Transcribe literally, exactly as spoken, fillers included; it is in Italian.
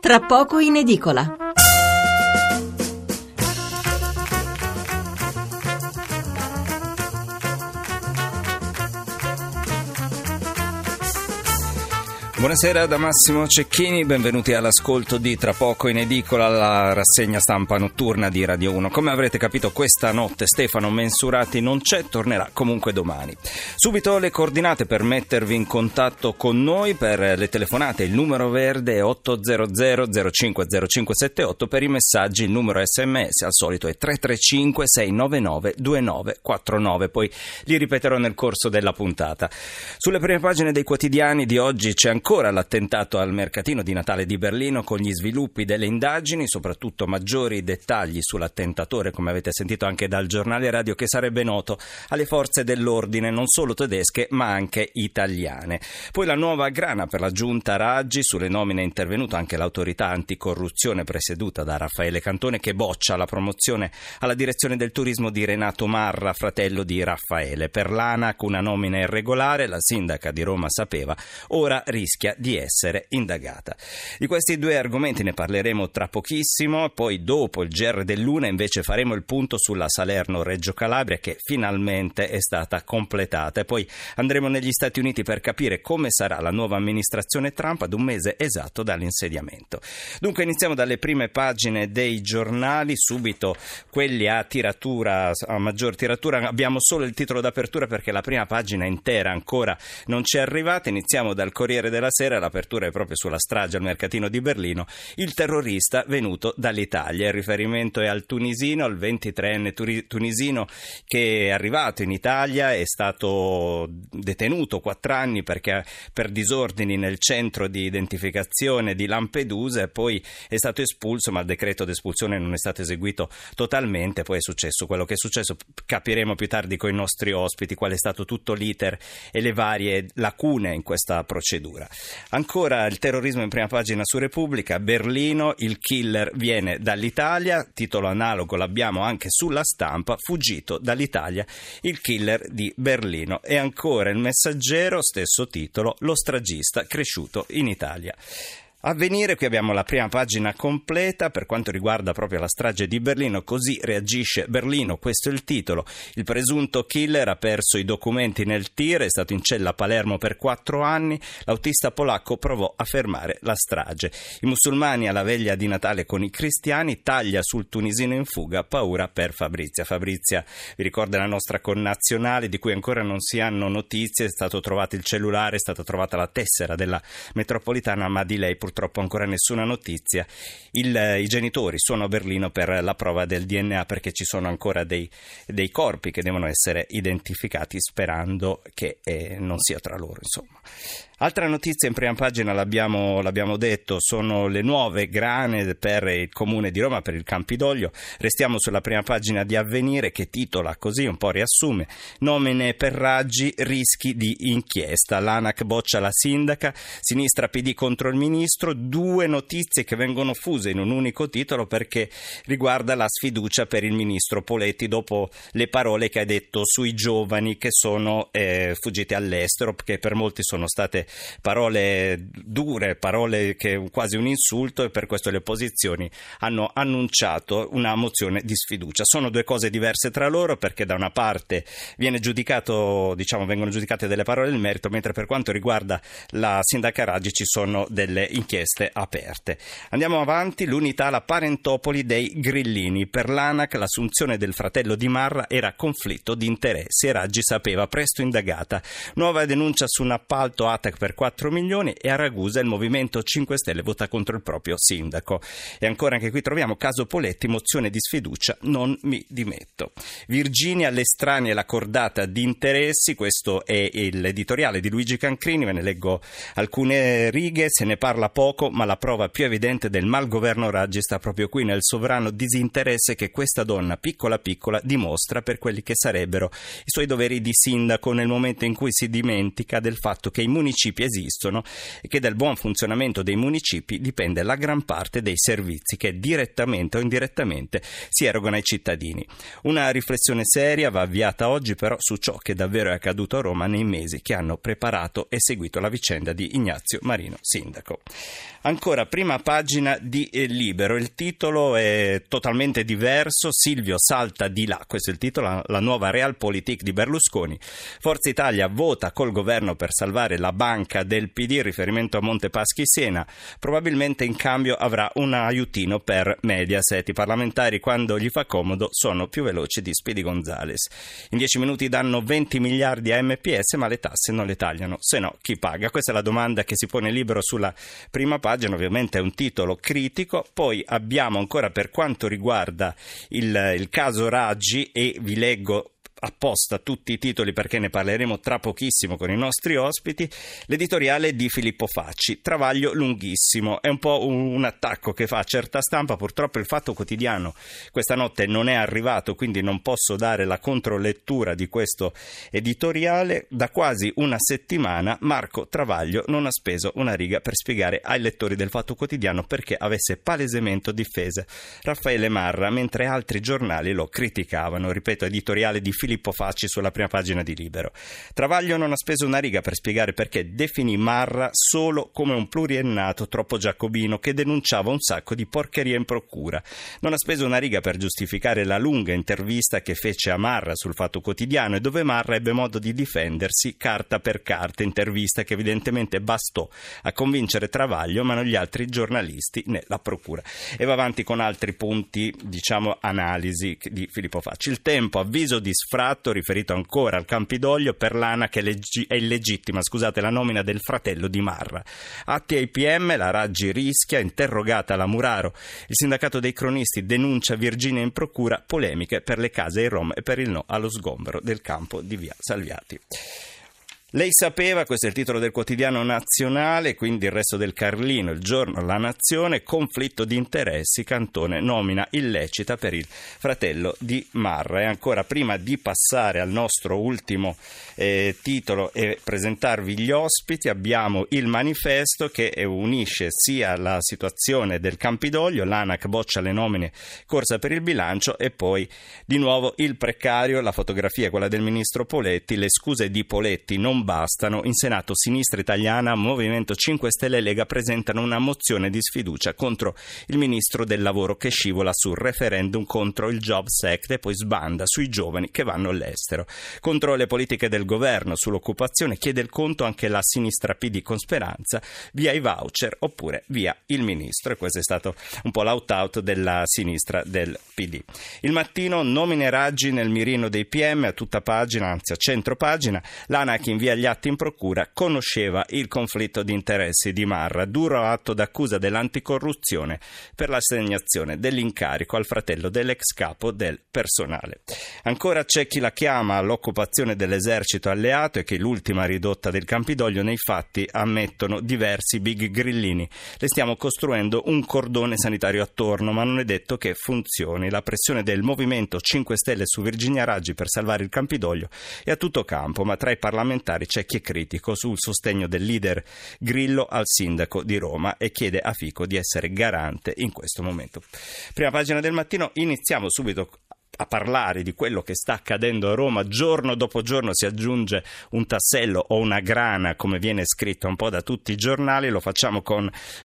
Tra poco in edicola. Buonasera da Massimo Cecchini, benvenuti all'ascolto di Tra poco in edicola, la rassegna stampa notturna di Radio uno. Come avrete capito, questa notte Stefano Mensurati non c'è, tornerà comunque domani. Subito le coordinate per mettervi in contatto con noi, per le telefonate il numero verde è otto zero zero zero cinque zero cinque sette otto, per i messaggi il numero sms al solito è tre tre cinque sei nove nove due nove quattro nove, poi li ripeterò nel corso della puntata. Sulle prime pagine dei quotidiani di oggi c'è ancora Ancora l'attentato al mercatino di Natale di Berlino, con gli sviluppi delle indagini, soprattutto maggiori dettagli sull'attentatore, come avete sentito anche dal giornale radio, che sarebbe noto alle forze dell'ordine non solo tedesche ma anche italiane. Poi la nuova grana per la giunta Raggi, sulle nomine è intervenuta anche l'autorità anticorruzione presieduta da Raffaele Cantone, che boccia la promozione alla direzione del turismo di Renato Marra, fratello di Raffaele. Per l'ANAC una nomina irregolare, la sindaca di Roma sapeva, ora rischia di essere indagata. Di questi due argomenti ne parleremo tra pochissimo, poi dopo il G R dell'una invece faremo il punto sulla Salerno-Reggio Calabria, che finalmente è stata completata, e poi andremo negli Stati Uniti per capire come sarà la nuova amministrazione Trump ad un mese esatto dall'insediamento. Dunque iniziamo dalle prime pagine dei giornali, subito quelli a tiratura, a maggior tiratura. Abbiamo solo il titolo d'apertura perché la prima pagina intera ancora non ci è arrivata. Iniziamo dal Corriere della Sera, l'apertura è proprio sulla strage al mercatino di Berlino, il terrorista venuto dall'Italia. Il riferimento è al tunisino, al ventitreenne tunisino che è arrivato in Italia, è stato detenuto quattro anni perché per disordini nel centro di identificazione di Lampedusa, e poi è stato espulso, ma il decreto d'espulsione non è stato eseguito totalmente. Poi è successo quello che è successo, capiremo più tardi con i nostri ospiti qual è stato tutto l'iter e le varie lacune in questa procedura. Ancora il terrorismo in prima pagina su Repubblica, Berlino, il killer viene dall'Italia, titolo analogo l'abbiamo anche sulla Stampa, fuggito dall'Italia il killer di Berlino. E ancora il Messaggero, stesso titolo, lo stragista cresciuto in Italia. Avvenire, qui abbiamo la prima pagina completa per quanto riguarda proprio la strage di Berlino. Così reagisce Berlino, questo è il titolo. Il presunto killer ha perso i documenti nel tir, è stato in cella a Palermo per quattro anni, l'autista polacco provò a fermare la strage. I musulmani alla veglia di Natale con i cristiani, taglia sul tunisino in fuga, paura per Fabrizia. Fabrizia, vi ricorda, la nostra connazionale di cui ancora non si hanno notizie, è stato trovato il cellulare, è stata trovata la tessera della metropolitana, ma di lei purtroppo ancora nessuna notizia. Il, I genitori sono a Berlino per la prova del D N A perché ci sono ancora dei, dei corpi che devono essere identificati, sperando che eh, non sia tra loro, insomma. Altra notizia in prima pagina, l'abbiamo, l'abbiamo detto, sono le nuove grane per il Comune di Roma, per il Campidoglio. Restiamo sulla prima pagina di Avvenire, che titola così, un po' riassume: nomine per Raggi, rischi di inchiesta. L'ANAC boccia la sindaca, sinistra P D contro il ministro. Due notizie che vengono fuse in un unico titolo perché riguarda la sfiducia per il ministro Poletti dopo le parole che ha detto sui giovani che sono eh, fuggiti all'estero, che per molti sono state parole dure, parole che quasi un insulto, e per questo le opposizioni hanno annunciato una mozione di sfiducia. Sono due cose diverse tra loro, perché da una parte viene giudicato, diciamo, vengono giudicate delle parole del merito, mentre per quanto riguarda la sindaca Raggi ci sono delle inchieste aperte. Andiamo avanti, l'unità, la parentopoli dei grillini. Per l'ANAC l'assunzione del fratello di Marra era conflitto di interessi e Raggi sapeva, presto indagata. Nuova denuncia su un appalto A T A C per quattro milioni, e a Ragusa il Movimento cinque Stelle vota contro il proprio sindaco. E ancora anche qui troviamo caso Poletti, mozione di sfiducia, non mi dimetto. Virginia, l'estranea e la cordata di interessi, questo è l'editoriale di Luigi Cancrini, ve ne leggo alcune righe. Se ne parla poco, ma la prova più evidente del malgoverno Raggi sta proprio qui, nel sovrano disinteresse che questa donna piccola piccola dimostra per quelli che sarebbero i suoi doveri di sindaco, nel momento in cui si dimentica del fatto che i municipi municipi esistono e che dal buon funzionamento dei municipi dipende la gran parte dei servizi che direttamente o indirettamente si erogano ai cittadini. Una riflessione seria va avviata oggi però su ciò che davvero è accaduto a Roma nei mesi che hanno preparato e seguito la vicenda di Ignazio Marino, sindaco. Ancora, prima pagina di Libero, il titolo è totalmente diverso, Silvio salta di là, questo è il titolo, la nuova realpolitik di Berlusconi. Forza Italia vota col governo per salvare la banca del P D, in riferimento a Montepaschi Siena, probabilmente in cambio avrà un aiutino per Mediaset. I parlamentari, quando gli fa comodo, sono più veloci di Speedy Gonzales. In dieci minuti danno venti miliardi a M P S, ma le tasse non le tagliano, se no chi paga? Questa è la domanda che si pone Libero sulla prima pagina. Ovviamente è un titolo critico. Poi abbiamo ancora, per quanto riguarda il, il caso Raggi, e vi leggo apposta tutti i titoli perché ne parleremo tra pochissimo con i nostri ospiti, l'editoriale di Filippo Facci, travaglio lunghissimo, è un po' un, un attacco che fa a certa stampa. Purtroppo il Fatto Quotidiano questa notte non è arrivato, quindi non posso dare la controlettura di questo editoriale. Da quasi una settimana Marco Travaglio non ha speso una riga per spiegare ai lettori del Fatto Quotidiano perché avesse palesemente difeso Raffaele Marra, mentre altri giornali lo criticavano. Ripeto, editoriale di Filippo Filippo Facci sulla prima pagina di Libero. Travaglio non ha speso una riga per spiegare perché definì Marra solo come un pluriennato troppo giacobino che denunciava un sacco di porcherie in procura. Non ha speso una riga per giustificare la lunga intervista che fece a Marra sul Fatto Quotidiano e dove Marra ebbe modo di difendersi carta per carta, intervista che evidentemente bastò a convincere Travaglio ma non gli altri giornalisti né la procura. E va avanti con altri punti, diciamo analisi di Filippo Facci. Il Tempo, avviso di sfratto riferito ancora al Campidoglio, per l'ANAC è, leggi- è illegittima scusate, la nomina del fratello di Marra. Atti ai P M, la Raggi rischia, interrogata la Muraro. Il sindacato dei cronisti denuncia Virginia in procura, polemiche per le case in Rom e per il no allo sgombero del campo di via Salviati. Lei sapeva, questo è il titolo del quotidiano nazionale, quindi il resto del Carlino, il Giorno, La Nazione, conflitto di interessi, Cantone nomina illecita per il fratello di Marra. E ancora, prima di passare al nostro ultimo eh, titolo e presentarvi gli ospiti, abbiamo il manifesto che unisce sia la situazione del Campidoglio, l'ANAC boccia le nomine, corsa per il bilancio, e poi di nuovo il precario, la fotografia è quella del ministro Poletti, le scuse di Poletti non bastano, in Senato Sinistra Italiana, Movimento cinque Stelle e Lega presentano una mozione di sfiducia contro il ministro del lavoro che scivola sul referendum contro il Jobs Act e poi sbanda sui giovani che vanno all'estero. Contro le politiche del governo sull'occupazione chiede il conto anche la sinistra P D con Speranza, via i voucher oppure via il ministro, e questo è stato un po' l'out-out della sinistra del P D. Il Mattino, nomine Raggi nel mirino dei P M, a tutta pagina, anzi a centro pagina, l'ANAC invia agli atti in procura, conosceva il conflitto di interessi di Marra, duro atto d'accusa dell'anticorruzione per l'assegnazione dell'incarico al fratello dell'ex capo del personale. Ancora c'è chi la chiama all'occupazione dell'esercito alleato e che l'ultima ridotta del Campidoglio, nei fatti ammettono diversi big grillini. Le stiamo costruendo un cordone sanitario attorno, ma non è detto che funzioni. La pressione del Movimento cinque Stelle su Virginia Raggi per salvare il Campidoglio è a tutto campo, ma tra i parlamentari c'è chi è critico sul sostegno del leader Grillo al sindaco di Roma e chiede a Fico di essere garante in questo momento. Prima pagina del Mattino, iniziamo subito a parlare di quello che sta accadendo a Roma. Giorno dopo giorno si aggiunge un tassello o una grana, come viene scritto un po' da tutti i giornali. Lo facciamo con